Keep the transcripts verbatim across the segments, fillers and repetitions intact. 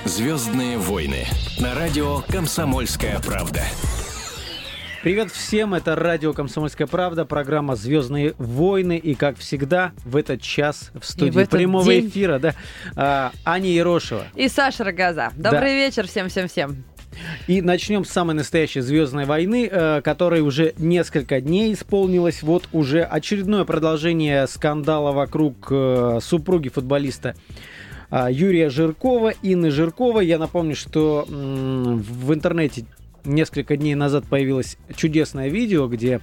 «Звездные войны» на радио «Комсомольская правда». Привет всем, это радио «Комсомольская правда», программа «Звездные войны». И, как всегда, в этот час в студии в прямого день... эфира да, а, Аня Ерошева. И Саша Рогоза. Добрый да. вечер всем-всем-всем. И начнем с самой настоящей «Звездной войны», э, которой уже несколько дней исполнилось. Вот уже очередное продолжение скандала вокруг э, супруги футболиста э, Юрия Жиркова, Инны Жирковой. Я напомню, что э, в интернете несколько дней назад появилось чудесное видео, где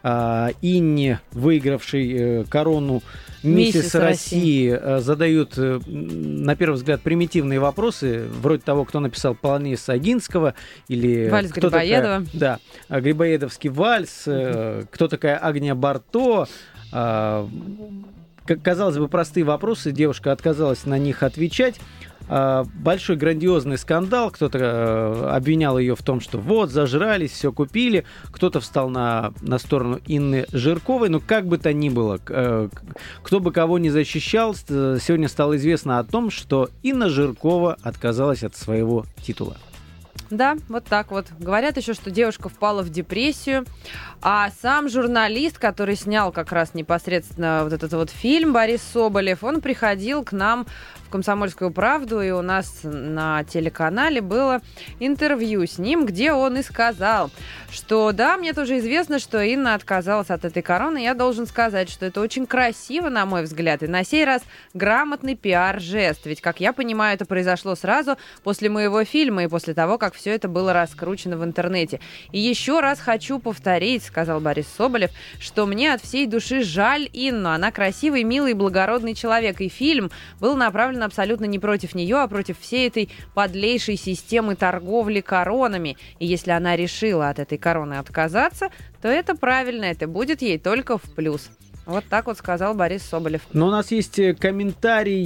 э, Инне, выигравшей э, корону Миссис, Миссис России, России, задают, э, на первый взгляд, примитивные вопросы, вроде того, кто написал «Полонез» Агинского, или вальс кто Грибоедова. Такая, да, Грибоедовский вальс, э, кто такая Агния Барто. Э, казалось бы, простые вопросы, девушка отказалась на них отвечать. Большой грандиозный скандал, кто-то обвинял ее в том, что вот, зажрались, все купили, кто-то встал на, на сторону Инны Жирковой, но как бы то ни было, кто бы кого ни защищал, сегодня стало известно о том, что Инна Жиркова отказалась от своего титула. Да, вот так вот. Говорят еще, что девушка впала в депрессию, а сам журналист, который снял как раз непосредственно вот этот вот фильм, Борис Соболев, он приходил к нам в «Комсомольскую правду», и у нас на телеканале было интервью с ним, где он и сказал, что да, мне тоже известно, что Инна отказалась от этой короны. Я должен сказать, что это очень красиво, на мой взгляд, и на сей раз грамотный пиар-жест. Ведь, как я понимаю, это произошло сразу после моего фильма и после того, как все это было раскручено в интернете. И еще раз хочу повторить, сказал Борис Соболев, что мне от всей души жаль Инну. Она красивый, милый, благородный человек. И фильм был направлен абсолютно не против нее, а против всей этой подлейшей системы торговли коронами. И если она решила от этой короны отказаться, то это правильно, это будет ей только в плюс. Вот так вот сказал Борис Соболев. Но у нас есть комментарий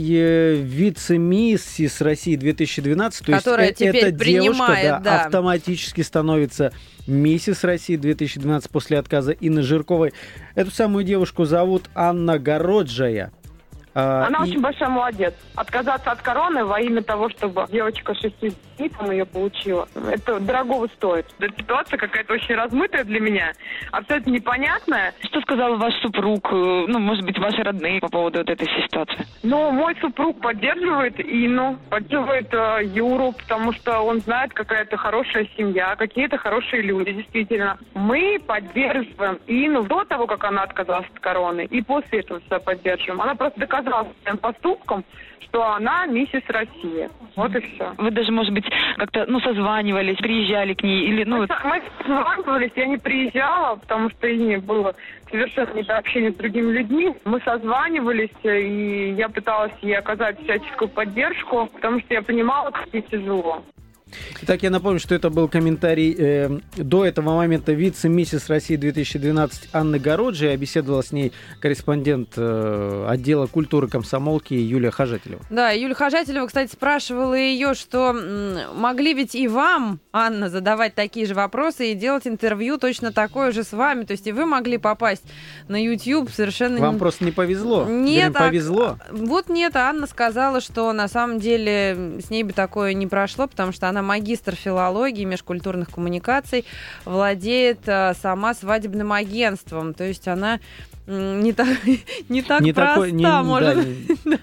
вице-миссис России две тысячи двенадцать, то которая есть теперь эта девушка да, да. автоматически становится миссис России две тысячи двенадцать после отказа Инны Жирковой. Эту самую девушку зовут Анна Городжая. Она и... очень большой молодец. Отказаться от короны во имя того, чтобы девочка шести дней там ее получила, это дорогого стоит. Эта ситуация какая-то очень размытая для меня, абсолютно непонятная. Что сказал ваш супруг, ну, может быть, ваши родные по поводу вот этой ситуации? Ну, мой супруг поддерживает Инну, поддерживает э, Юру, потому что он знает, какая это хорошая семья, какие-то хорошие люди, действительно. Мы поддерживаем Инну до того, как она отказалась от короны, и после этого все поддерживаем. Она просто доказала своим поступком, что она миссис России. Вот и все. Вы даже, может быть, как-то, ну, созванивались, приезжали к ней или, ну... Мы, мы созванивались, я не приезжала, потому что ей было совершенно не до общения с другими людьми. Мы созванивались, и я пыталась ей оказать всяческую поддержку, потому что я понимала, как ей тяжело. Итак, я напомню, что это был комментарий э, до этого момента вице-миссис России две тысячи двенадцать Анны Городжией. Беседовала с ней корреспондент э, отдела культуры комсомолки Юлия Хожателева. Да, Юлия Хожателева, кстати, спрашивала ее, что м- могли ведь и вам, Анна, задавать такие же вопросы и делать интервью точно такое же с вами. То есть и вы могли попасть на YouTube совершенно... Вам не... просто не повезло? Нет, Говорим, повезло? А... Вот нет, Анна сказала, что на самом деле с ней бы такое не прошло, потому что она магистр филологии, межкультурных коммуникаций, владеет а, сама свадебным агентством. То есть она м, не так, не так не проста, такой, не, может. Да, не...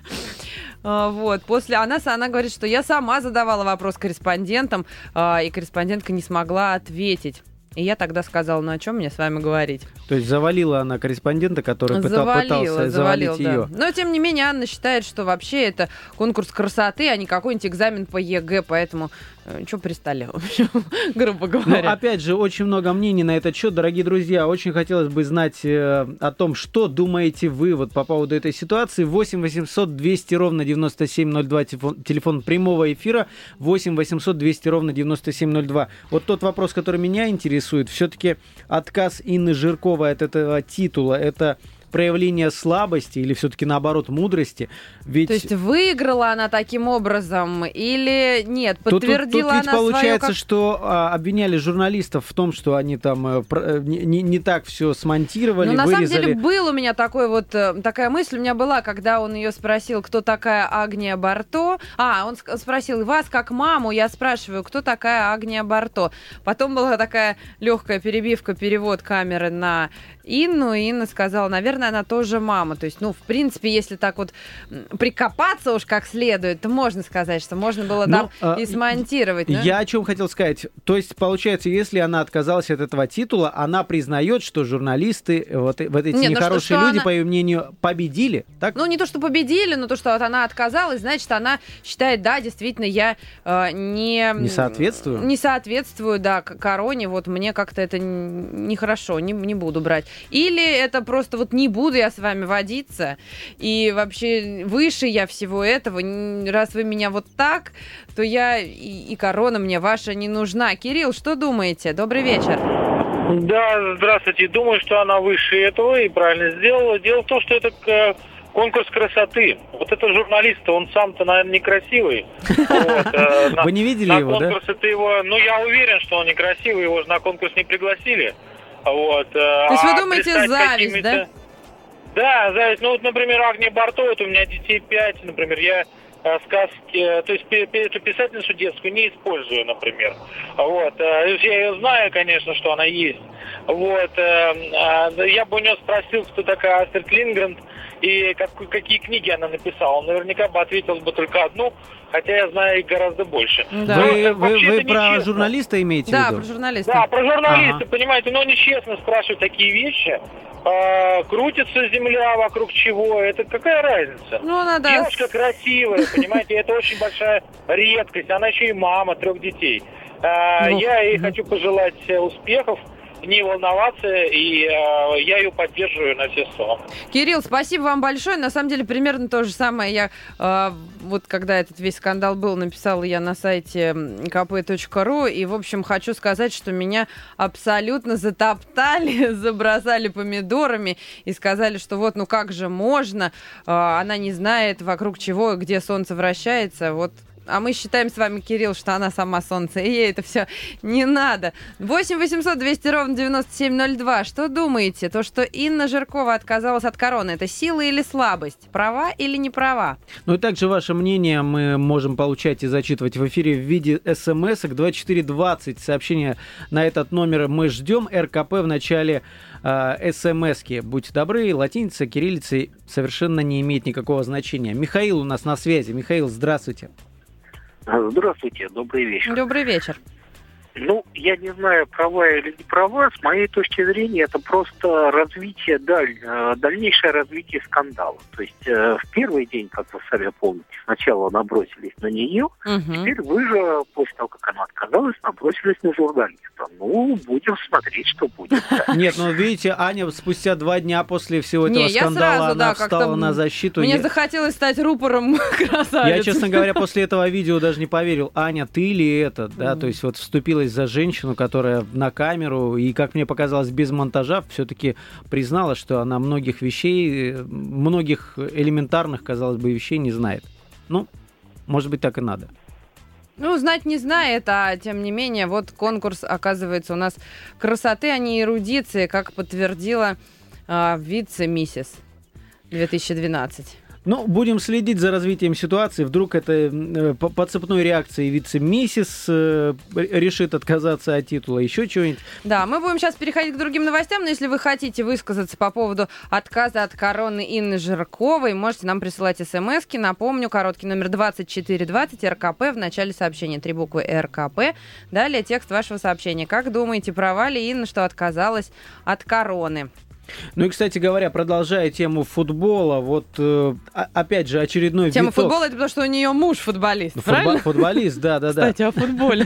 Вот. После она, она говорит, что я сама задавала вопрос корреспондентам, а, и корреспондентка не смогла ответить. И я тогда сказала, ну о чем мне с вами говорить? То есть завалила она корреспондента, который пытал, завалила, пытался завалила, завалить ее. Да. Но, тем не менее, Анна считает, что вообще это конкурс красоты, а не какой-нибудь экзамен по ЕГЭ, поэтому э, что пристали, в общем, грубо говоря. Ну, опять же, очень много мнений на этот счет, дорогие друзья. Очень хотелось бы знать э, о том, что думаете вы вот по поводу этой ситуации. восемь восемьсот двести ровно девяносто семь ноль два, телефон, телефон прямого эфира, восемь восемьсот двести ровно девяносто семь ноль два. Вот тот вопрос, который меня интересует, все-таки отказ Инны Жирковой от этого титула, это проявление слабости или все-таки наоборот мудрости? Ведь... То есть выиграла она таким образом или нет? Подтвердила тут, тут, тут ведь она получается, свое... Как... что а, обвиняли журналистов в том, что они там а, про, не, не, не так все смонтировали, Ну, на вырезали. самом деле, был у меня такой вот, такая мысль у меня была, когда он ее спросил, кто такая Агния Барто. А, он спросил, вас как маму, я спрашиваю, кто такая Агния Барто. Потом была такая легкая перебивка, перевод камеры на Инну, и Инна сказала, наверное, она тоже мама. То есть, ну, в принципе, если так вот прикопаться уж как следует, то можно сказать, что можно было там Но, и смонтировать. Но... Я о чем хотел сказать. То есть, получается, если она отказалась от этого титула, она признает, что журналисты, вот, вот эти Нет, нехорошие ну что, что люди, она... по ее мнению, победили, так? Ну, не то, что победили, но то, что вот она отказалась, значит, она считает, да, действительно, я э, не... Не соответствую? Не соответствую, да, к короне, вот мне как-то это нехорошо, не, не буду брать. Или это просто вот не буду я с вами водиться, и вообще выше я всего этого, раз вы меня вот так, то я, и, и корона мне ваша не нужна. Кирилл, что думаете? Добрый вечер. Да, здравствуйте. Думаю, что она выше этого и правильно сделала. Дело в том, что это конкурс красоты. Вот это журналист, он сам-то, наверное, некрасивый. Вы не видели его, да? На конкурс это его... Ну, я уверен, что он некрасивый, его же на конкурс не пригласили. Вот. То есть вы думаете, зависть, да? Да, зависть. Ну, вот, например, Агния Барто, вот у меня детей пять, например, я сказки, то есть эту писательницу детскую не использую, например. Вот. Я ее знаю, конечно, что она есть. Вот. Я бы у нее спросил, кто такая Астрид Линдгрен и как, какие книги она написала. Он наверняка бы ответил бы только одну, хотя я знаю их гораздо больше. Да. Вы, вы, вы про журналиста имеете да, в виду? Да, про журналиста. Да, про журналиста, ага. Понимаете, но нечестно спрашивать такие вещи. А, крутится земля вокруг чего, это какая разница? Ну, надо... Девушка красивая, понимаете, это очень большая редкость, она еще и мама трех детей. А, ну, я ей ну. хочу пожелать успехов, не волноваться, и э, я ее поддерживаю на все сто. Кирилл, спасибо вам большое. На самом деле, примерно то же самое я, э, вот когда этот весь скандал был, написала я на сайте ка пэ точка ру, и, в общем, хочу сказать, что меня абсолютно затоптали, забросали помидорами и сказали, что вот, ну как же можно, э, она не знает, вокруг чего, где солнце вращается, вот. А мы считаем с вами, Кирилл, что она сама солнце, и ей это все не надо. восемь восемьсот двести ровно девяносто семь ноль два. Что думаете? То, что Инна Жиркова отказалась от короны, это сила или слабость? Права или не права? Ну и также ваше мнение мы можем получать и зачитывать в эфире в виде смс-ок двадцать четыре двадцать. Сообщение на этот номер мы ждем. эр ка пэ в начале э, смс-ки. Будьте добры, латиница, кириллица совершенно не имеет никакого значения. Михаил у нас на связи. Михаил, здравствуйте. Здравствуйте, добрый вечер. Добрый вечер. Ну, я не знаю, права или не права, с моей точки зрения, это просто развитие, даль, дальнейшее развитие скандала. То есть э, в первый день, как вы сами помните, сначала набросились на нее, угу. Теперь вы же, после того, как она отказалась, набросились на журналиста. Ну, будем смотреть, что будет. Нет, ну, видите, Аня спустя два дня после всего этого скандала, она встала на защиту. Мне захотелось стать рупором красавицы. Я, честно говоря, после этого видео даже не поверил, Аня, ты ли это, да, то есть вот вступилась за женщину, которая на камеру, и, как мне показалось, без монтажа все-таки признала, что она многих вещей, многих элементарных, казалось бы, вещей не знает. Ну, может быть, так и надо. Ну, знать не знает, а тем не менее, вот конкурс, оказывается, у нас красоты, а не эрудиции, как подтвердила э, вице-миссис две тысячи двенадцать. Ну, будем следить за развитием ситуации. Вдруг это э, по, по цепной реакции вице-миссис э, решит отказаться от титула, еще чего-нибудь. Да, мы будем сейчас переходить к другим новостям, но если вы хотите высказаться по поводу отказа от короны Инны Жирковой, можете нам присылать смски. Напомню, короткий номер двадцать четыре двадцать, эр ка пэ, в начале сообщения три буквы эр ка пэ. Далее текст вашего сообщения. Как думаете, права ли Инна, что отказалась от короны? Ну и, кстати говоря, продолжая тему футбола, вот э, опять же очередной Тема виток. футбола — это потому, что у нее муж футболист, Футбол, правильно? Футболист, да-да-да. Кстати, о футболе.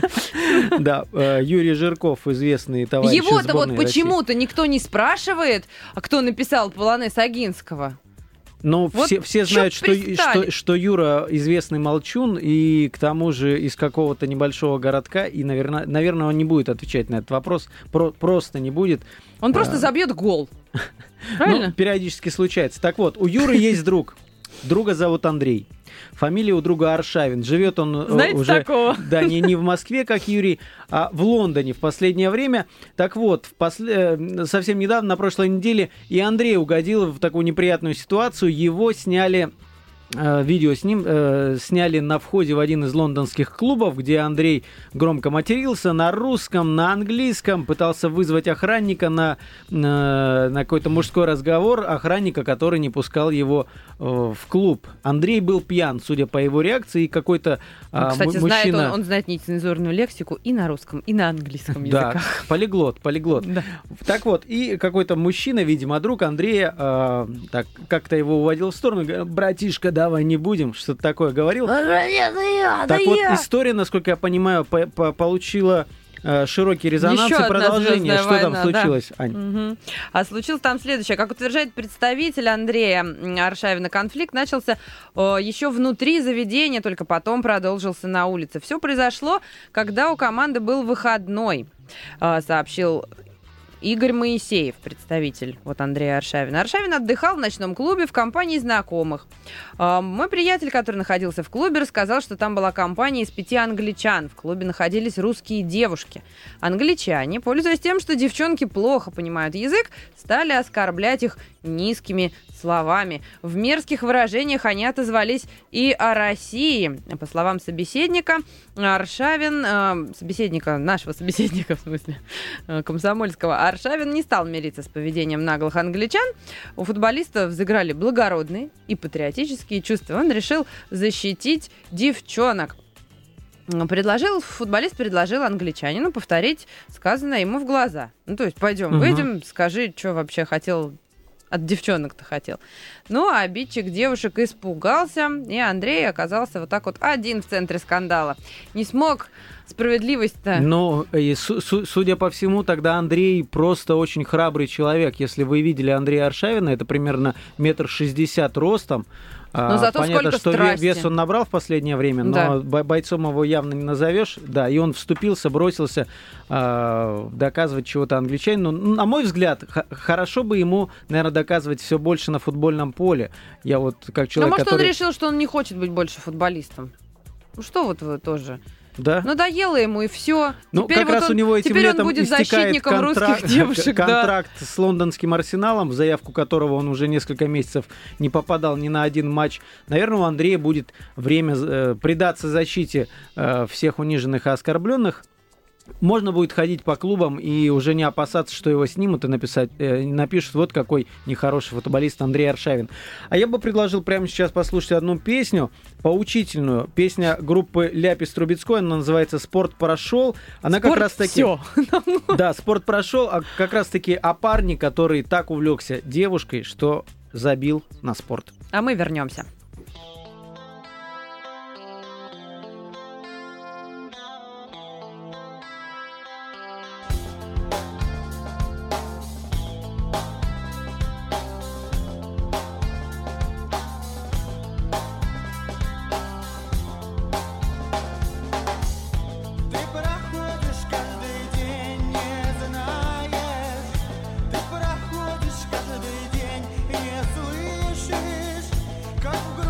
Да, Юрий Жирков, известный товарищ из сборной Его-то вот России. почему-то никто не спрашивает, а кто написал полонез Огинского. Но Вот все, все чё знают, что, пристали? что, что Юра известный молчун, и к тому же из какого-то небольшого городка, и, наверное, наверное, он не будет отвечать на этот вопрос, про, просто не будет. Он просто А, забьет гол. Ну, Правильно? периодически случается. Так вот, у Юры есть друг. Друга зовут Андрей. Фамилия у друга Аршавин. Живет он э, Знаете уже такого? да, не, не в Москве, как Юрий, а в Лондоне в последнее время. Так вот, в после... э, совсем недавно, на прошлой неделе, и Андрей угодил в такую неприятную ситуацию. Его сняли... э, Видео с ним э, сняли на входе в один из лондонских клубов, где Андрей громко матерился на русском, на английском, пытался вызвать охранника на, на, на какой-то мужской разговор, охранника, который не пускал его э, в клуб. Андрей был пьян, судя по его реакции, и какой-то э, Кстати, м- знает мужчина... он, он знает нецензурную лексику и на русском, и на английском Да, языках. полиглот, полиглот. Да. Так вот, и какой-то мужчина, видимо, друг Андрея, э, так как-то его уводил в сторону, говорил: братишка, давай не будем, что-то такое говорил. Так вот, история, насколько я понимаю, по- по- получила э, широкий резонанс Еще и одна продолжение. «Звездная Что там война», да. случилось, Ань? Мгм. А случилось там следующее. Как утверждает представитель Андрея м, Аршавина, конфликт начался э, еще внутри заведения, только потом продолжился на улице. Все произошло, когда у команды был выходной, э, сообщил Игорь Моисеев, представитель вот Андрея Аршавина. Аршавин отдыхал в ночном клубе в компании знакомых. А, Мой приятель, который находился в клубе, рассказал, что там была компания из пяти англичан. В клубе находились русские девушки. Англичане, пользуясь тем, что девчонки плохо понимают язык, стали оскорблять их низкими словами. В мерзких выражениях они отозвались и о России. По словам собеседника, Аршавин, э, собеседника, нашего собеседника, в смысле, э, комсомольского, Аршавин не стал мириться с поведением наглых англичан. У футболиста взыграли благородные и патриотические чувства. Он решил защитить девчонок. Предложил, футболист предложил англичанину повторить сказанное ему в глаза. Ну, то есть, пойдем, Мгм. выйдем, скажи, что вообще хотел, от девчонок-то хотел. Ну, а обидчик девушек испугался, и Андрей оказался вот так вот один в центре скандала. Не смог справедливость-то... Ну, и су- су- судя по всему, тогда Андрей просто очень храбрый человек. Если вы видели Андрея Аршавина, это примерно метр шестьдесят ростом. Но зато понятно, сколько что ве- страсти. вес он набрал в последнее время, но Да. бо- бойцом его явно не назовешь. Да, и он вступился, бросился а, доказывать чего-то англичанину. Ну, на мой взгляд, х- хорошо бы ему, наверное, доказывать все больше на футбольном поле. Я вот как Ну, человек, может, который... он решил, что он не хочет быть больше футболистом. Ну, что вот вы тоже... Да? Надоело ему, и все. Ну, теперь как вот раз он, у него этим теперь он летом будет истекает защитником контракт, русских девушек. да. контракт с лондонским Арсеналом, в заявку которого он уже несколько месяцев не попадал ни на один матч. Наверное, у Андрея будет время э, предаться защите э, всех униженных и оскорбленных. Можно будет ходить по клубам и уже не опасаться, что его снимут и написать, э, напишут: вот какой нехороший футболист Андрей Аршавин. А я бы предложил прямо сейчас послушать одну песню, поучительную. Песня группы Ляпис Трубецкой, она называется «Спорт прошел». Она Спорт как раз таки... всё. Да, спорт прошел, а как раз таки о парне, который так увлекся девушкой, что забил на спорт. А мы вернемся. Ты проходишь каждый день, не знаешь. Ты проходишь каждый день и не слышишь, как в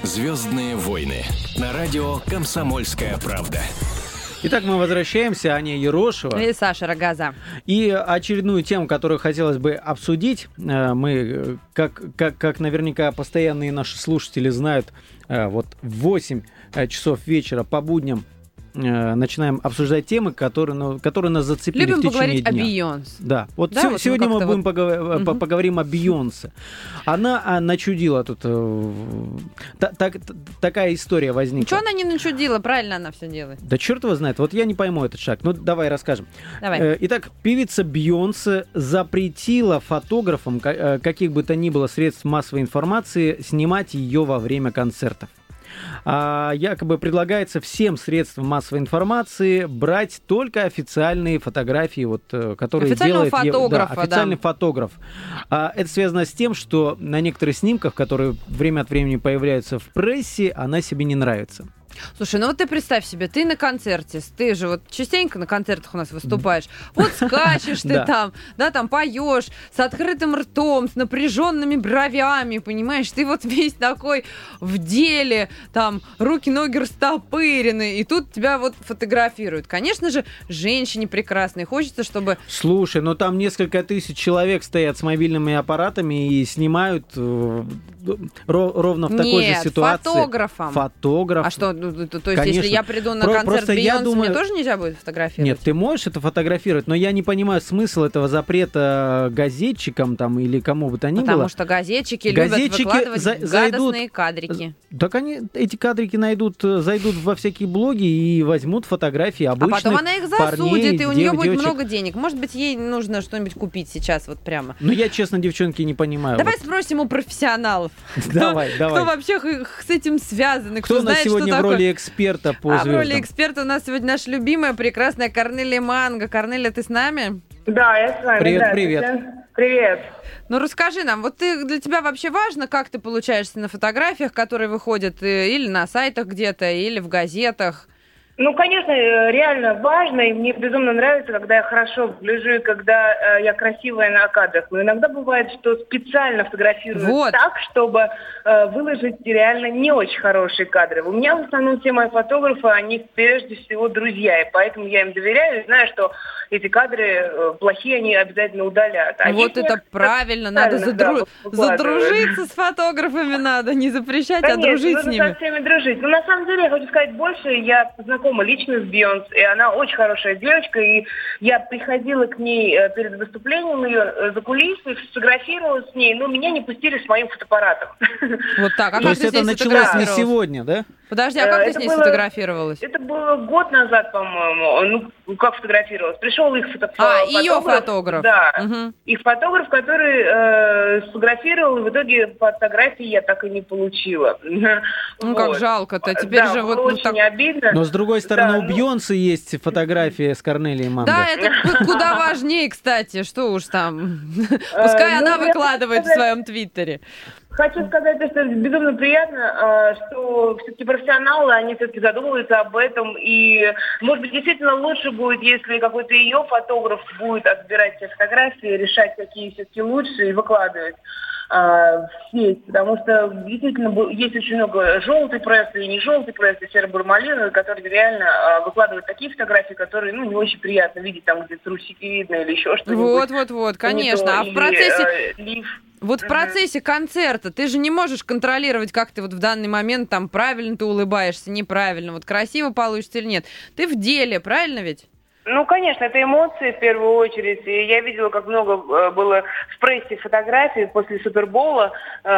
«Звездные войны» на радио «Комсомольская правда». Итак, мы возвращаемся. Аня Ерошева. И Саша Рогоза. И очередную тему, которую хотелось бы обсудить, э, мы, как, как, как наверняка постоянные наши слушатели знают, э, вот в восемь часов вечера по будням э, начинаем обсуждать темы, которые, ну, которые нас зацепили Любим в течение поговорить дня. о Бейонсе. Да, вот, Да, се- вот сегодня мы мы будем вот... поговор- Угу. поговорим о Бейонсе. Она а, начудила тут. Э, та- та- та- такая история возникла. Ничего она не начудила, правильно она все делает. Да черт его знает, вот я не пойму этот шаг. Ну, давай расскажем. Давай. Э, Итак, певица Бейонсе запретила фотографам ка- э, каких бы то ни было средств массовой информации снимать ее во время концертов. А якобы предлагается всем средствам массовой информации брать только официальные фотографии, вот, э, которые Официального делает... е- фотографа, да, официальный да. фотограф. А это связано с тем, что на некоторых снимках, которые время от времени появляются в прессе, она себе не нравится. Слушай, ну вот ты представь себе, ты на концерте, ты же вот частенько на концертах у нас выступаешь, вот скачешь ты Да. там, да, там поешь с открытым ртом, с напряженными бровями, понимаешь, ты вот весь такой в деле, там, руки-ноги растопырены, и тут тебя вот фотографируют. Конечно же, женщине прекрасной хочется, чтобы... Слушай, ну там несколько тысяч человек стоят с мобильными аппаратами и снимают э, ро- ровно в такой Нет, же ситуации. фотографом. Фотограф. А что, ну, то, то есть, Конечно. если я приду на Про- концерт просто я Бейонсе, думаю- мне тоже нельзя будет фотографировать? Нет, ты можешь это фотографировать, но я не понимаю смысл этого запрета газетчикам там или кому бы то ни Потому было. что газетчики, Газетчики любят выкладывать за- зайдут- гадостные кадрики. Так они, эти кадрики найдут, э, зайдут во всякие блоги и возьмут фотографии А обычных потом она их парней, засудит, и у нее дев- будет девочек. много денег. Может быть, ей нужно что-нибудь купить сейчас вот прямо. Ну я, честно, девчонки, не понимаю. Давай вот. спросим у профессионалов. Давай, кто, давай. Кто вообще х- с этим связан? и Кто Кто, у нас знает, сегодня что в такое? роли эксперта по А в звездам? роли эксперта у нас сегодня наша любимая, прекрасная Корнелия Манго. Корнелия, ты с нами? Да, я с вами. Привет, здравствуйте. привет. Привет. Ну, расскажи нам, вот ты, для тебя вообще важно, как ты получаешься на фотографиях, которые выходят э, или на сайтах где-то, или в газетах? Ну, конечно, э, реально важно, и мне безумно нравится, когда я хорошо выгляжу, и когда э, я красивая на кадрах. Но иногда бывает, что специально фотографируют Вот. так, чтобы э, выложить реально не очень хорошие кадры. У меня в основном все мои фотографы, они прежде всего друзья, и поэтому я им доверяю, и знаю, что эти кадры э, плохие, они обязательно удалят. А Ну, вот есть это некоторые правильно, надо специально, задру- да, выкладывают. задружиться с фотографами надо, не запрещать, а Конечно, дружить с нужно ними. со всеми дружить. Ну, на самом деле, я хочу сказать больше. Я знакома лично с Бейонсе, и она очень хорошая девочка, и я приходила к ней э, перед выступлением ее э, за кулисы, сфотографировалась с ней, но меня не пустили с моим фотоаппаратом. Вот так. А То как есть ты с это ней началось не сфотографировалась? сегодня, да? Подожди, а Э, как ты это с ней было- сфотографировалась? Это было год назад, по-моему. Ну, как фотографировалась? Пришел их фото- А, фотограф. ее фотограф. Да. Мгм. Их фотограф, который э, сфотографировал, и в итоге фотографии я так и не получила. Ну, как Вот. жалко-то. Теперь Да, же было вот ну, очень так... обидно. Но с другой стороны, Да, у ну- Бейонсе есть фотография с Корнелией Манго. Да, это ку- куда важнее, кстати, что уж там. Пускай ну, она я выкладывает в хочу своем твиттере. Хочу сказать, что это безумно приятно, э, что все-таки профессионалы, они все-таки задумываются об этом. И, может быть, действительно лучше будет, если какой-то ее фотограф будет отбирать все фотографии, решать, какие все-таки лучше, и выкладывать э, в сеть. Потому что действительно бу- есть очень много желтой прессы и не желтой прессы, серо-бурмалиновой, которые реально э, выкладывают такие фотографии, которые, ну, не очень приятно видеть, там, где трусики видно или еще что-нибудь. Вот, вот, вот, Не конечно. то, А в или, процессе... э, лиф. Вот в процессе концерта ты же не можешь контролировать, как ты вот в данный момент там правильно ты улыбаешься, неправильно, вот красиво получится или нет. Ты в деле, правильно ведь? Ну, конечно, это эмоции в первую очередь. И я видела, как много э, было в прессе фотографий после Супербола.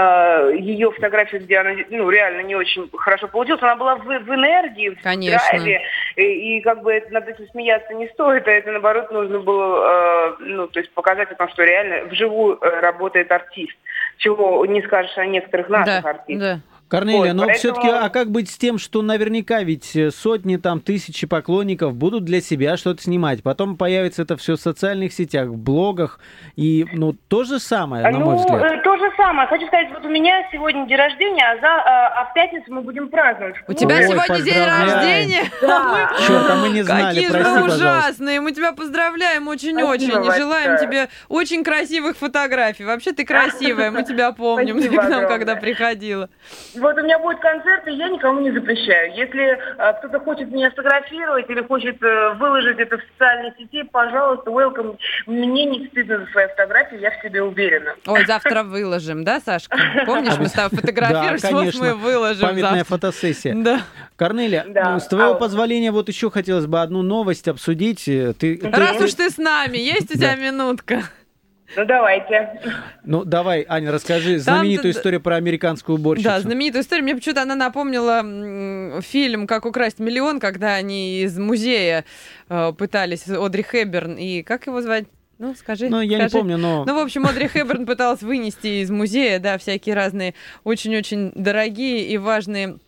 Э, ее фотографии, где она, ну, реально не очень хорошо получилась. Она была в, в энергии, в Конечно. драйве. И, и как бы это, над этим смеяться не стоит. А это, наоборот, нужно было, э, ну, то есть показать о том, что реально вживую э, работает артист. Чего не скажешь о некоторых наших Да, артистах. да. Корнелия, Вот, но поэтому- все-таки, а как быть с тем, что наверняка ведь сотни, там, тысячи поклонников будут для себя что-то снимать, потом появится это все в социальных сетях, в блогах, и, ну, то же самое, на мой Ну, взгляд. э, то же самое. Хочу сказать, вот у меня сегодня день рождения, а, за, а, а в пятницу мы будем праздновать. У тебя Ой, сегодня день поздравляем. рождения? Да. Черт, а мы не знали, Какие же прости, вы пожалуйста. ужасные. Мы тебя поздравляем очень-очень. Спасибо И желаем большое. тебе очень красивых фотографий. Вообще ты красивая, мы тебя помним. Ты Спасибо к нам огромное. когда приходила. Вот у меня будет концерт, и я никому не запрещаю. Если э, кто-то хочет меня сфотографировать или хочет э, выложить это в социальные сети, пожалуйста, welcome. Мне не стыдно за свои фотографии, я в себе уверена. Ой, завтра выложим, да, Сашка? Помнишь, мы с тобой фотографировались, Да, вот конечно. мы выложим Памятная завтра. фотосессия. Да. Корнелия, Да. ну, с твоего А- позволения, вот еще хотелось бы одну новость обсудить. Ты, ты- Раз уж ты с нами, есть у тебя Да. минутка? Ну, давайте. Ну, давай, Аня, расскажи знаменитую Там-то- историю про американскую уборщицу. Да, знаменитую историю. Мне почему-то она напомнила м, фильм «Как украсть миллион», когда они из музея э, пытались, Одри Хепберн и... Как его звать? Ну, скажи. Ну, я не скажи. помню, но... Ну, в общем, Одри Хепберн пыталась вынести из музея, да, всякие разные очень-очень дорогие и важные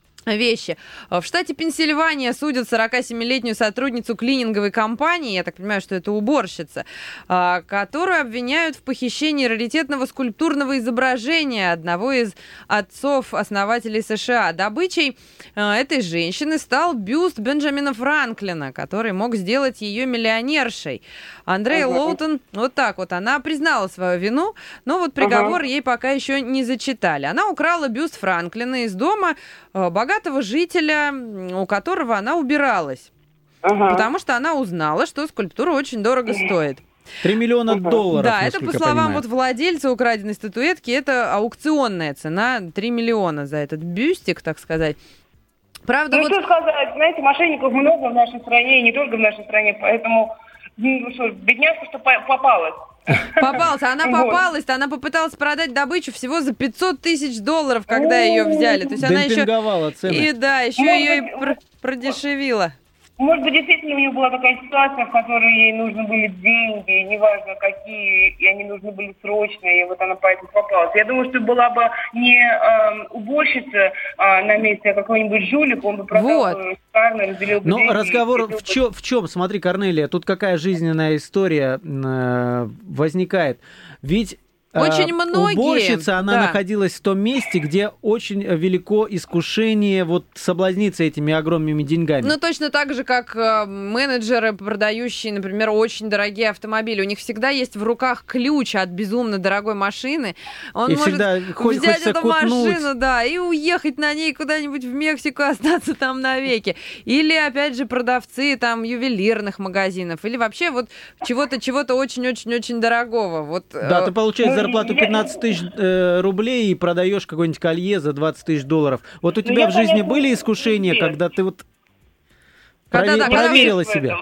вещи. В штате Пенсильвания судят сорокасемилетнюю сотрудницу клининговой компании, я так понимаю, что это уборщица, а, которую обвиняют в похищении раритетного скульптурного изображения одного из отцов-основателей США. Добычей а, этой женщины стал бюст Бенджамина Франклина, который мог сделать ее миллионершей. Андрей Ага. Лоутон, вот так вот, она признала свою вину, но вот приговор ей пока еще не зачитали. Она украла бюст Франклина из дома э, богатого жителя, м, у которого она убиралась. Ага. Потому что она узнала, что скульптура очень дорого стоит. Три миллиона долларов, Да, это по насколько словам понимаю. вот владельца украденной статуэтки, это аукционная цена три миллиона за этот бюстик, так сказать. Правда, Ну, вот... что сказать, знаете, мошенников много в нашей стране, и не только в нашей стране, поэтому, ну, что, бедняжка, что по- попалась. Попался, она Вот. попалась, она попыталась продать добычу всего за пятьсот тысяч долларов, когда ее взяли. То есть она еще... Демпинговала цены. И да, еще Может ее и быть, пр- продешевила. Может быть, действительно у нее была такая ситуация, в которой ей нужны были деньги, неважно какие, и они нужны были срочно, и вот она поэтому попалась. Я думаю, что была бы не э, уборщица э, на месте, а какой-нибудь жулик, он бы продал Вот. бы шикарно, разделил бы Но деньги. разговор и- и- в чем, в чем? Смотри, Корнелия, тут какая жизненная история э, возникает. Ведь э, Очень многие, уборщица, она да. находилась в том месте, где очень велико искушение вот соблазниться этими огромными деньгами. Ну, точно так же, как э, менеджеры, продающие, например, очень дорогие автомобили. У них всегда есть в руках ключ от безумно дорогой машины. Он И может всегда хоть- взять хочется эту кутнуть. машину, да, и уехать на ней куда-нибудь в Мексику, остаться там навеки. Или, опять же, продавцы там ювелирных магазинов. Или вообще вот чего-то, чего-то очень-очень-очень дорогого. Вот, Да, э, ты получаешь ну, зарплату я- пятнадцать тысяч э, рублей и продаешь какое-нибудь колье за двадцать тысяч долларов. Вот у Ну, тебя я, в жизни конечно, были искушения, нет. когда ты вот Когда, прове- да, когда проверила в этом. себя?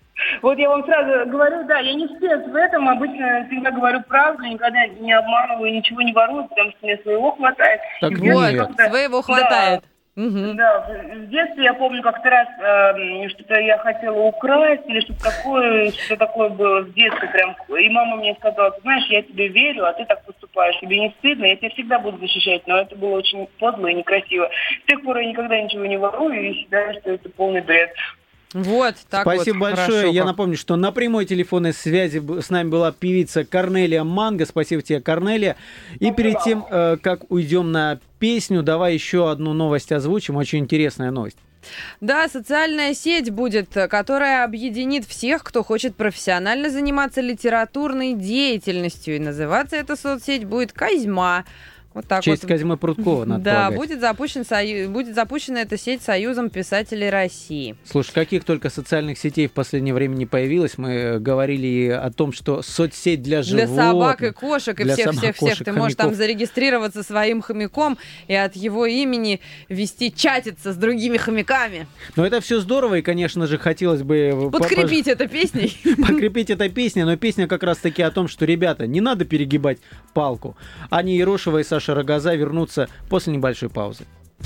Вот я вам сразу говорю, да, я не спец в этом, обычно всегда говорю правду, никогда не обманываю, ничего не ворую, потому что мне своего хватает. Так И в детстве нет. как-то- своего Да. хватает. Мгм. Да, в- в детстве я помню, как-то раз э, что-то я хотела украсть или что-то такое, что такое было в детстве прям. И мама мне сказала: ты знаешь, я тебе верю, а ты так поступаешь, тебе не стыдно, я тебя всегда буду защищать, но это было очень подло и некрасиво. С тех пор я никогда ничего не ворую и считаю, что это полный бред. Вот, так Спасибо вот, большое. хорошо Я как. напомню, что на прямой телефонной связи б- с нами была певица Корнелия Манго. Спасибо тебе, Корнелия. И перед тем, э, как уйдем на песню, давай еще одну новость озвучим. Очень интересная новость. Да, социальная сеть будет, э, которая объединит всех, кто хочет профессионально заниматься литературной деятельностью. И называться эта соцсеть будет «Козьма». Вот так В честь вот. Козьмы Прудкова, надо Да, полагать. будет, запущен сою... будет запущена эта сеть Союзом писателей России. Слушай, каких только социальных сетей в последнее время не появилось. Мы э, говорили о том, что соцсеть для Для животных. собак и кошек, и для собак, всех-всех-всех. кошек, Ты можешь там хомяков. зарегистрироваться своим хомяком и от его имени вести чатиться с другими хомяками. Но это все здорово, и, конечно же, хотелось бы... по- Подкрепить это песней. Подкрепить это песней, но песня как раз-таки о том, что, ребята, не надо перегибать палку. Аня Ерошева и Саша Рогоза вернутся после небольшой паузы.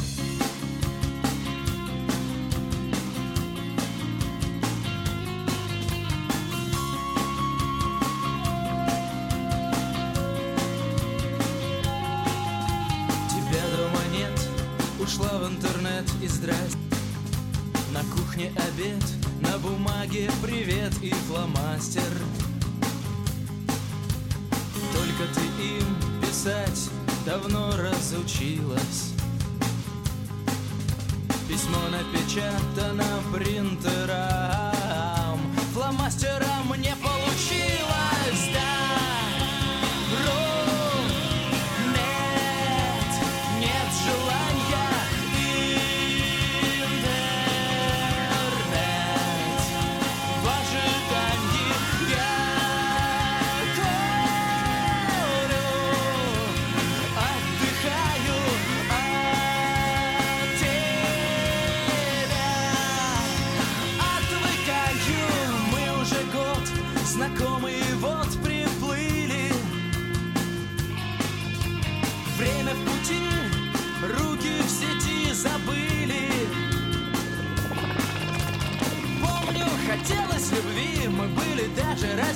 Тебя дома нет, ушла в интернет и здрасте. На кухне обед, на бумаге привет и фломастер. Только ты им писать давно разучилась. Письмо напечатано принтером, фломастером не получилось, да. Вру, нет, нет желания.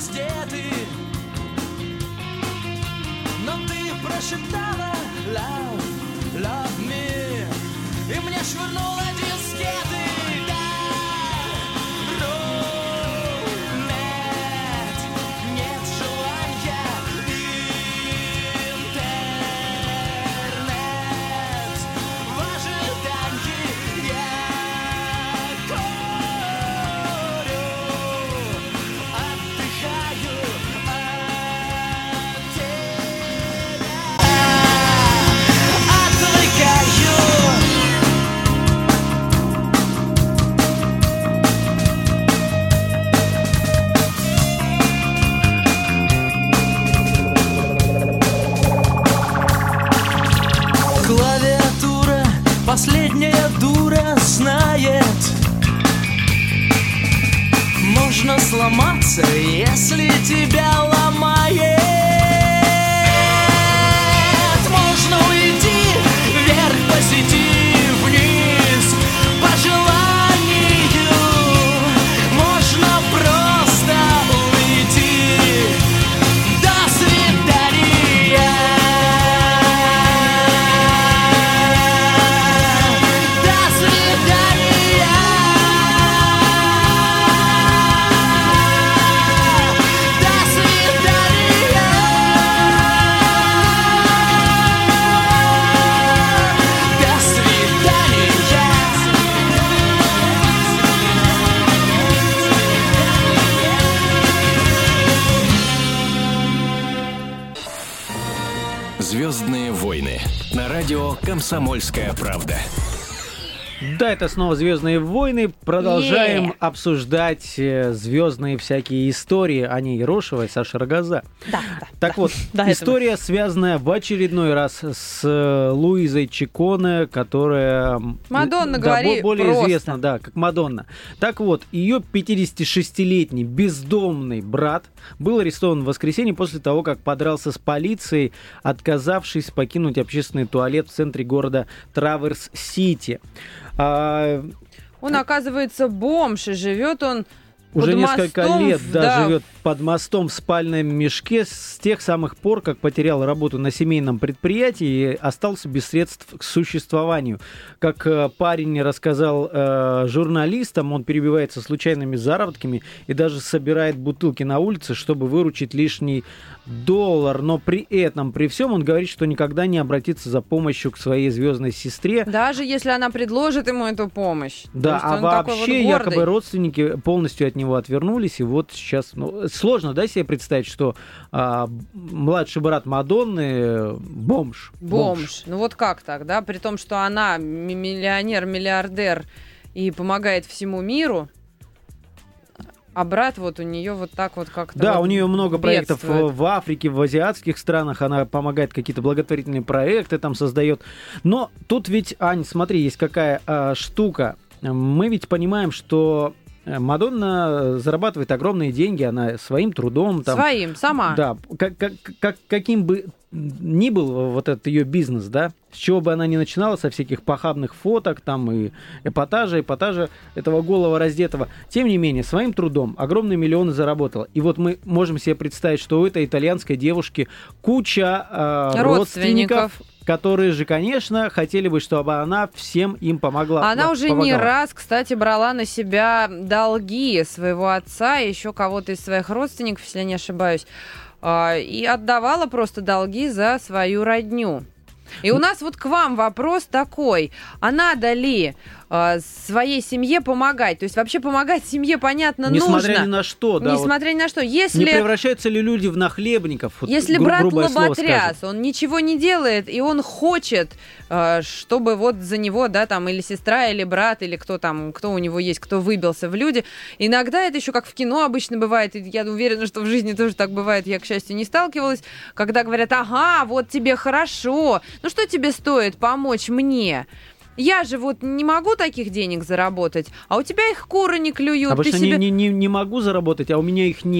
раздеты. Но ты прошептала love, love me, и мне швырнула дискеты. Последняя дура знает, можно сломаться, если тебя ломает. Можно уйти вверх по сети, вниз по желанию. Можно просто уйти. До свидания. «Звездные войны» на радио «Комсомольская правда». Да, это снова «Звездные войны». Продолжаем Yeah. обсуждать э, звездные всякие истории. Аня Ерошева и Саша Рогоза. Да, да. Так да. вот, Да, история, это... связанная в очередной раз с э, Луизой Чиконе, которая... Мадонна, да, говори более просто. известна, да, как Мадонна. Так вот, ее пятидесятишестилетний бездомный брат был арестован в воскресенье после того, как подрался с полицией, отказавшись покинуть общественный туалет в центре города Траверс-Сити. А... Он, оказывается, бомж, и живет он Уже под несколько мостом, лет, да, да, живет под мостом в спальном мешке с тех самых пор, как потерял работу на семейном предприятии и остался без средств к существованию. Как э, парень рассказал э, журналистам, он перебивается случайными заработками и даже собирает бутылки на улице, чтобы выручить лишний доллар. Но при этом, при всем, он говорит, что никогда не обратится за помощью к своей звездной сестре. Даже если она предложит ему эту помощь. Да, а вообще вот якобы родственники полностью от него отвернулись, и вот сейчас... Ну, сложно, да, себе представить, что а, младший брат Мадонны бомж. Бомж. Бомж. Ну вот как так, да? При том, что она миллионер, миллиардер и помогает всему миру, а брат вот у нее вот так вот как-то... Да, вот у нее много проектов бедствует. в Африке, в азиатских странах, она помогает, какие-то благотворительные проекты там создает. Но тут ведь, Ань, смотри, есть какая а, штука. Мы ведь понимаем, что Мадонна зарабатывает огромные деньги, она своим трудом... Там, своим, сама. Да, как, как, как, каким бы ни был вот этот ее бизнес, да, с чего бы она ни начинала, со всяких похабных фоток, там, и эпатажа, эпатажа этого голого раздетого, тем не менее, своим трудом огромные миллионы заработала. И вот мы можем себе представить, что у этой итальянской девушки куча э, родственников, родственников, которые же, конечно, хотели бы, чтобы она всем им помогла. Она уже помогала. не раз, кстати, брала на себя долги своего отца и еще кого-то из своих родственников, если я не ошибаюсь, и отдавала просто долги за свою родню. И у нас вот к вам вопрос такой, а надо ли э, своей семье помогать? То есть вообще помогать семье, понятно, Несмотря нужно. Несмотря ни на что, да. Несмотря вот ни на что. Если... Не превращаются ли люди в нахлебников? Вот, если гру- брат лоботряс, он ничего не делает, и он хочет, э, чтобы вот за него, да, там, или сестра, или брат, или кто там, кто у него есть, кто выбился в люди. Иногда это еще как в кино обычно бывает, и я уверена, что в жизни тоже так бывает, я, к счастью, не сталкивалась, когда говорят, ага, вот тебе хорошо, ну что тебе стоит помочь мне? Я же вот не могу таких денег заработать, а у тебя их куры не клюют. А ты потому себе... что не, не, не могу заработать, а у меня их нет.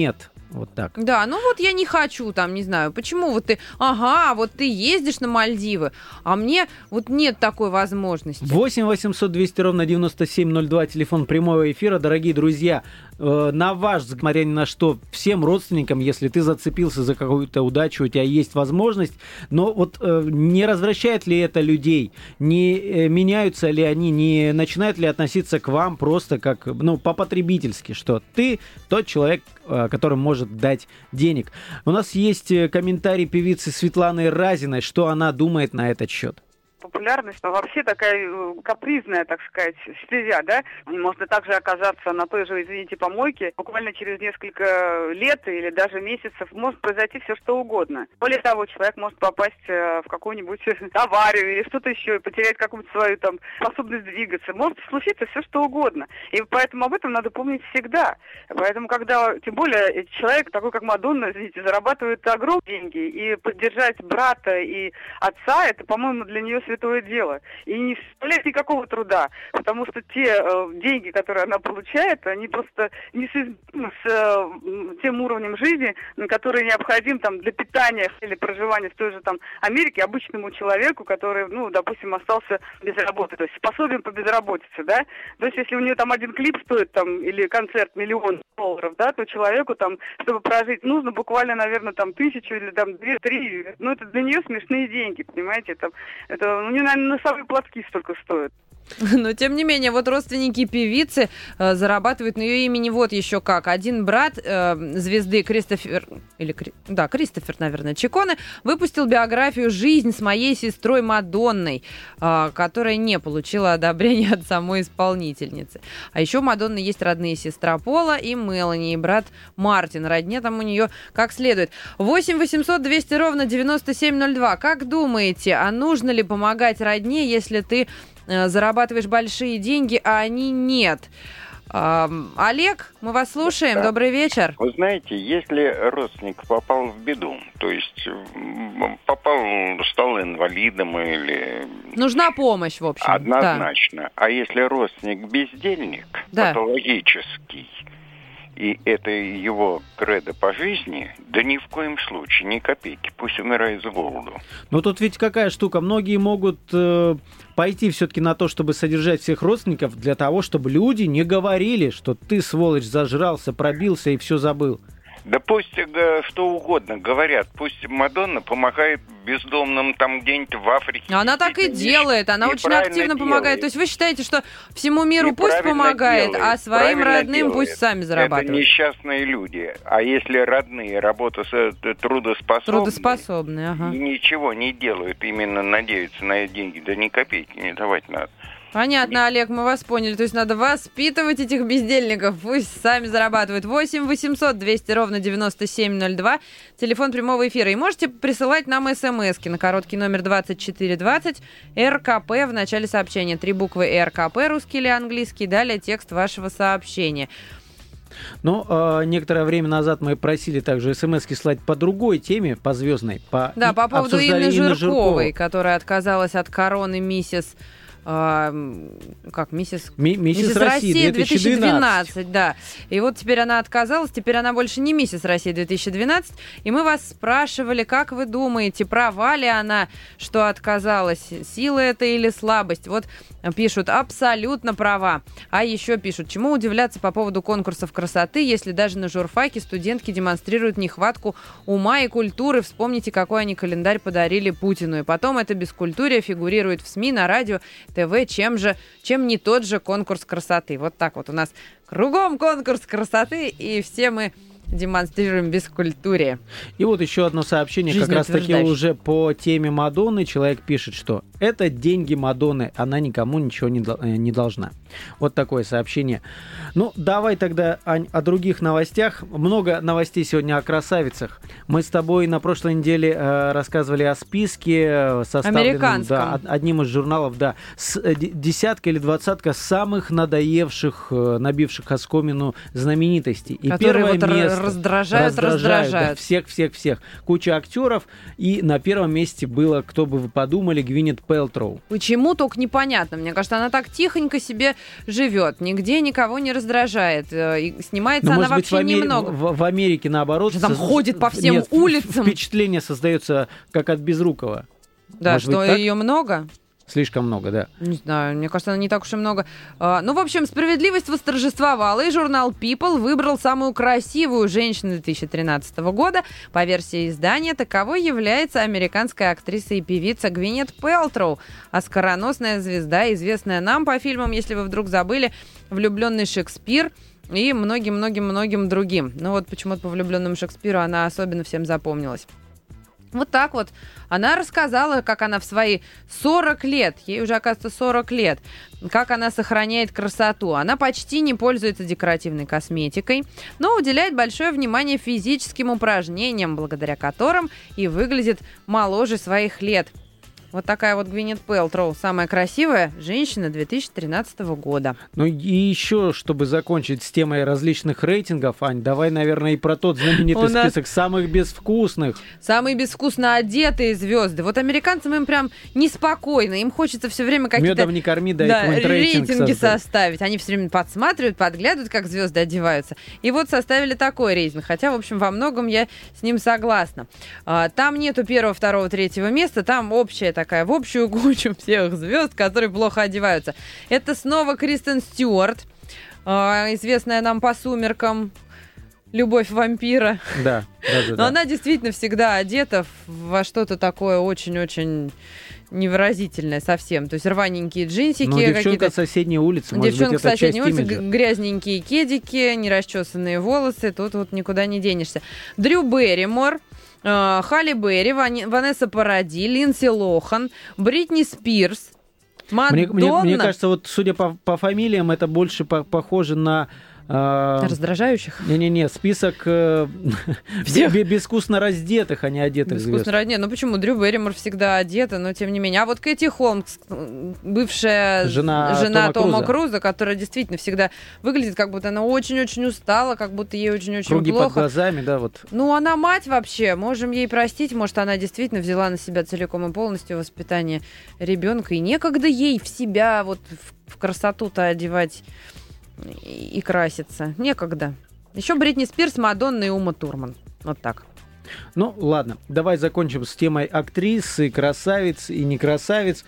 Вот так. Да, ну вот я не хочу там, не знаю, почему вот ты, ага, вот ты ездишь на Мальдивы, а мне вот нет такой возможности. восемь восемьсот двести ровно девяносто семь ноль два, телефон прямого эфира. Дорогие друзья, э, на ваш взгляд, несмотря ни на что, всем родственникам, если ты зацепился за какую-то удачу, у тебя есть возможность, но вот э, не развращает ли это людей, не э, меняются ли они, не начинают ли относиться к вам просто как, ну, по-потребительски, что ты тот человек, э, который может дать денег. У нас есть комментарий певицы Светланы Разиной, что она думает на этот счет. Популярность, но вообще такая капризная, так сказать, стезя, да? Можно также оказаться на той же, извините, помойке. Буквально через несколько лет или даже месяцев может произойти все что угодно. Более того, человек может попасть в какую-нибудь аварию или что-то еще, и потерять какую-то свою там способность двигаться. Может случиться все что угодно. И поэтому об этом надо помнить всегда. Поэтому, когда, тем более, человек, такой как Мадонна, извините, зарабатывает огромные деньги, и поддержать брата и отца, это, по-моему, для нее святое дело. И не составляет никакого труда, потому что те э, деньги, которые она получает, они просто несоизмеримы с э, тем уровнем жизни, который необходим там для питания или проживания в той же там Америке обычному человеку, который, ну, допустим, остался без работы, то есть способен по безработице, да. То есть если у нее там один клип стоит там или концерт миллион долларов, да, то человеку там, чтобы прожить, нужно буквально, наверное, там тысячу или там две-три. Ну, это для нее смешные деньги, понимаете, это, это у нее, наверное, носовые платки столько стоят. Но, тем не менее, вот родственники певицы э, зарабатывают на ее имени вот еще как. Один брат э, звезды Кристофер, или, да, Кристофер, наверное, Чиконе, выпустил биографию «Жизнь с моей сестрой Мадонной», э, которая не получила одобрения от самой исполнительницы. А еще у Мадонны есть родные сестра Пола и Мелани, и брат Мартин. Родня там у нее как следует. восемь восемьсот двести ровно девяносто семь ноль два. Как думаете, а нужно ли помогать родне, если ты зарабатываешь большие деньги, а они нет? А, Олег, мы вас слушаем. Да. Добрый вечер. Вы знаете, если родственник попал в беду, то есть попал, стал инвалидом или... Нужна помощь, в общем. Однозначно. Да. А если родственник бездельник, да. патологический, и это его кредо по жизни, да ни в коем случае, ни копейки, пусть умирает с голоду. Но тут ведь какая штука, многие могут э, пойти все-таки на то, чтобы содержать всех родственников, для того, чтобы люди не говорили, что ты, сволочь, зажрался, пробился и все забыл. Да пусть что угодно говорят, пусть Мадонна помогает бездомным там где-нибудь в Африке. Она так и делает, она очень активно делает. помогает. То есть вы считаете, что всему миру и пусть помогает, делает, а своим родным делает. пусть сами зарабатывают? Это несчастные люди. А если родные работоспособные, трудоспособные ага. и ничего не делают, именно надеются на эти деньги, да ни копейки не давать надо. Понятно, Олег, мы вас поняли. То есть надо воспитывать этих бездельников, пусть сами зарабатывают. восемь восемьсот двести ровно девяносто семь ноль два, телефон прямого эфира. И можете присылать нам смски на короткий номер двадцать четыре двадцать, РКП в начале сообщения. Три буквы РКП, русский или английский, далее текст вашего сообщения. Ну, э, некоторое время назад мы просили также смс-ки слать по другой теме, по звездной. По... Да, по поводу Инны Жирковой, которая отказалась от короны миссис... А, как, миссис, Ми- миссис, миссис Россия две тысячи двенадцать, да. И вот теперь она отказалась, теперь она больше не миссис Россия две тысячи двенадцать. И мы вас спрашивали, как вы думаете, права ли она, что отказалась, сила это или слабость? Вот пишут, абсолютно права. А еще пишут, чему удивляться по поводу конкурсов красоты, если даже на журфаке студентки демонстрируют нехватку ума и культуры. Вспомните, какой они календарь подарили Путину. И потом это бескультурие фигурирует в СМИ, на радио, ТВ, чем же, чем не тот же конкурс красоты. Вот так вот у нас кругом конкурс красоты, и все мы демонстрируем бескультурие. И вот еще одно сообщение, как раз таки уже по теме Мадонны. Человек пишет, что это деньги Мадонны, она никому ничего не, не должна. Вот такое сообщение. Ну, давай тогда, Ань, о других новостях. Много новостей сегодня о красавицах. Мы с тобой на прошлой неделе э, рассказывали о списке, составленном да, одним из журналов, да, с, э, десятка или двадцатка самых надоевших, э, набивших оскомину знаменитостей. И которые первое вот место... раздражают, раздражают. раздражают. Да, всех, всех, всех. Куча актеров. И на первом месте было, кто бы вы подумали, Гвинет Пэлтроу. Почему, только непонятно. Мне кажется, она так тихонько себе живет, нигде никого не раздражает. И снимается Но, она может быть, вообще в, Амери... немного. в, в Америке наоборот. Что там со... ходит по всем Нет, улицам. Впечатление создается как от Безрукова. Да, Может что быть, ее много? Слишком много, да. Не знаю, мне кажется, она не так уж и много. А, ну, в общем, справедливость восторжествовала, и журнал People выбрал самую красивую женщину две тысячи тринадцатого года. По версии издания, таковой является американская актриса и певица Гвинет Пэлтроу, оскароносная звезда, известная нам по фильмам, если вы вдруг забыли, «Влюбленный Шекспир» и многим-многим-многим другим. Ну вот почему-то по «Влюбленному Шекспиру» она особенно всем запомнилась. Вот так вот. Она рассказала, как она в свои сорок лет, ей уже, оказывается, сорок лет, как она сохраняет красоту. Она почти не пользуется декоративной косметикой, но уделяет большое внимание физическим упражнениям, благодаря которым и выглядит моложе своих лет. Вот такая вот Гвинет Пэлтроу, самая красивая женщина две тысячи тринадцатого года. Ну и еще, чтобы закончить с темой различных рейтингов, Ань, давай, наверное, и про тот знаменитый нас... список самых безвкусных. Самые безвкусно одетые звезды. Вот американцам им прям неспокойно, им хочется все время какие-то... Медом не корми, дай да, какой-нибудь рейтинг рейтинги создать. составить. Они все время подсматривают, подглядывают, как звезды одеваются. И вот составили такой рейтинг. Хотя, в общем, во многом я с ним согласна. А, там нету первого, второго, третьего места, там общая такая, в общую кучу всех звезд, которые плохо одеваются. Это снова Кристен Стюарт, э, известная нам по «Сумеркам», «Любовь вампира». Да, да, да. Но да. она действительно всегда одета во что-то такое очень-очень невыразительное совсем. То есть рваненькие джинсики. Ну, девчонка какие-то... с соседней улицы, может Девчонка быть, с это соседней часть улицы, имиджа. грязненькие кедики, нерасчесанные волосы. Тут вот никуда не денешься. Дрю Берримор, Uh, Халли Берри, Ван... Ванесса Паради, Линдси Лохан, Бритни Спирс, Мадонна. Мне, мне, мне кажется, вот судя по, по фамилиям, это больше по, похоже на... Э, раздражающих? Не-не-не, список э, безвкусно раздетых, а не одетых звезд. Безвкусно раздетых. Ну почему? Дрю Берримор всегда одета, но тем не менее. А вот Кэти Холмс, бывшая жена, жена Тома, Тома Круза. Круза, которая действительно всегда выглядит, как будто она очень-очень устала, как будто ей очень-очень Круги плохо. под глазами, да, вот. Ну, она мать вообще, можем ей простить, может, она действительно взяла на себя целиком и полностью воспитание ребенка, и некогда ей в себя вот в, в красоту-то одевать и, и краситься. Некогда. Еще Бритни Спирс, Мадонна и Ума Турман. Вот так. Ну, ладно, давай закончим с темой актрисы, красавиц и не красавиц.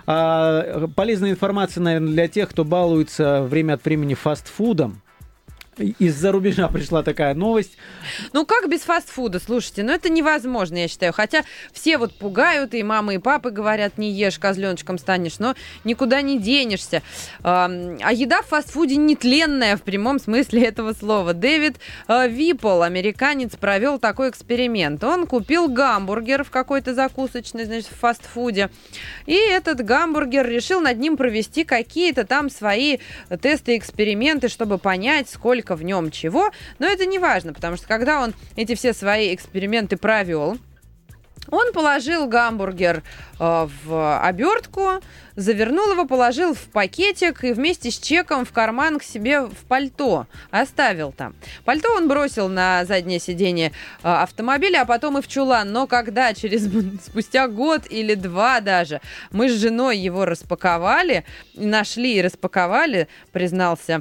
А, полезная информация, наверное, для тех, кто балуется время от времени фастфудом. Из-за рубежа пришла такая новость. Ну, как без фастфуда? Слушайте, ну это невозможно, я считаю. Хотя все вот пугают, и мамы, и папы говорят, не ешь, козленочком станешь, но никуда не денешься. А еда в фастфуде нетленная в прямом смысле этого слова. Дэвид Виппол, американец, провел такой эксперимент. Он купил гамбургер в какой-то закусочной, значит, в фастфуде. И этот гамбургер решил над ним провести какие-то там свои тесты, эксперименты, чтобы понять, сколько в нем чего, но это не важно, потому что когда он эти все свои эксперименты провел, он положил гамбургер э, в обертку, завернул его, положил в пакетик и вместе с чеком в карман к себе в пальто оставил там. Пальто он бросил на заднее сиденье э, автомобиля, а потом и в чулан. Но когда через спустя год или два даже мы с женой его распаковали, нашли и распаковали, признался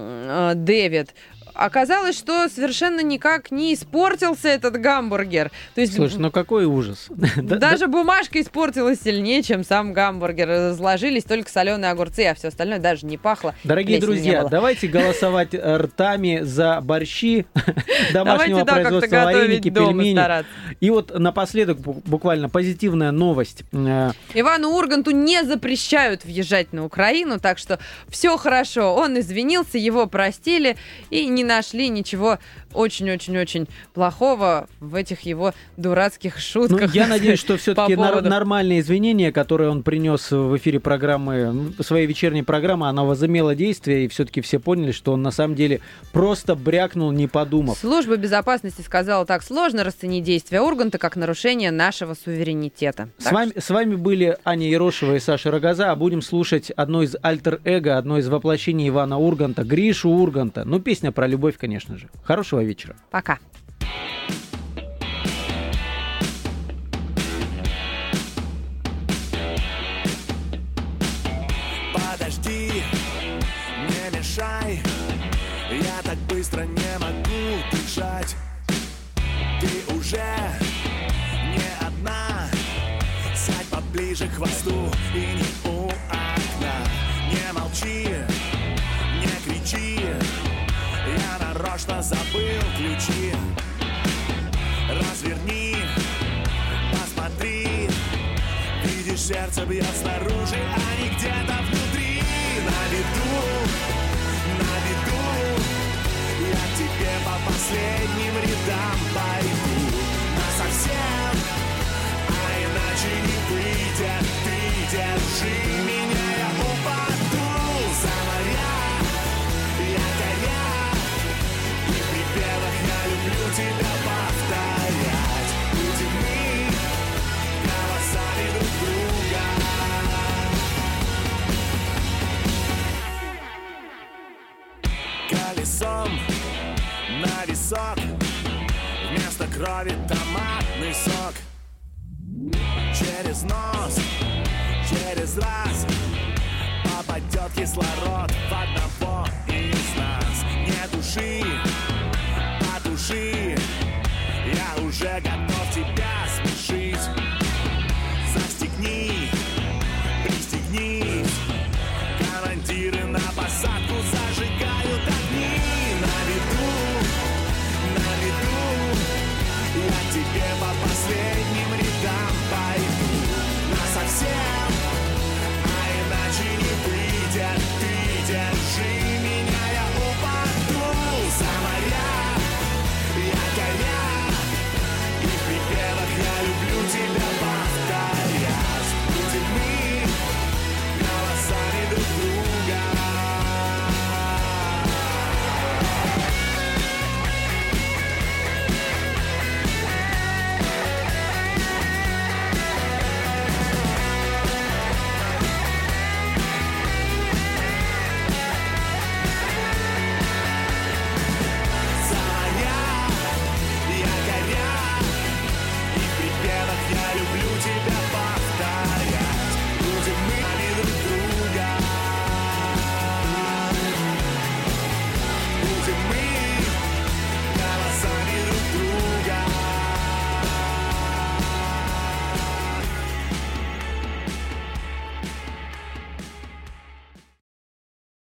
Дэвид, оказалось, что совершенно никак не испортился этот гамбургер. То есть, слушай, ну какой ужас. Даже бумажка испортилась сильнее, чем сам гамбургер. Разложились только соленые огурцы, а все остальное даже не пахло. Дорогие друзья, давайте голосовать ртами за борщи домашнего производства, вареники, пельмени. И вот напоследок буквально позитивная новость. Ивану Урганту не запрещают въезжать на Украину, так что все хорошо. Он извинился, его простили и не нашли ничего очень-очень-очень плохого в этих его дурацких шутках. Ну, я надеюсь, что все-таки по поводу... нормальное извинение, которое он принес в эфире программы, своей вечерней программы, оно возымело действие, и все-таки все поняли, что он на самом деле просто брякнул, не подумав. Служба безопасности сказала так: сложно расценить действия Урганта как нарушение нашего суверенитета. С вами, с вами были Аня Ерошева и Саша Рогоза, а будем слушать одно из альтер-эго, одно из воплощений Ивана Урганта, Гришу Урганта. Ну, песня про любовь, конечно же. Хорошего вечера. Пока. Подожди, не мешай, я так быстро не могу дышать. Ты уже не одна, сядь поближе к хвосту и не у окна. Не молчи, не кричи, я нарочно забыл ключи. Разверни, посмотри, видишь, сердце бьет снаружи, а не где-то внутри. На виду, на виду, я к тебе по последним рядам пойду. Насовсем, а иначе не выйдет. Ты держи меня, я упаду за моря, якоря. И в припевах я люблю тебя повторять. Будем мы голосами друг друга. Колесом на висок, вместо крови томатный сок. Через нос, через раз попадет кислород в одного из нас. Не души, потуши, я уже готов тебя смешить. Застегни, пристегнись, командиры на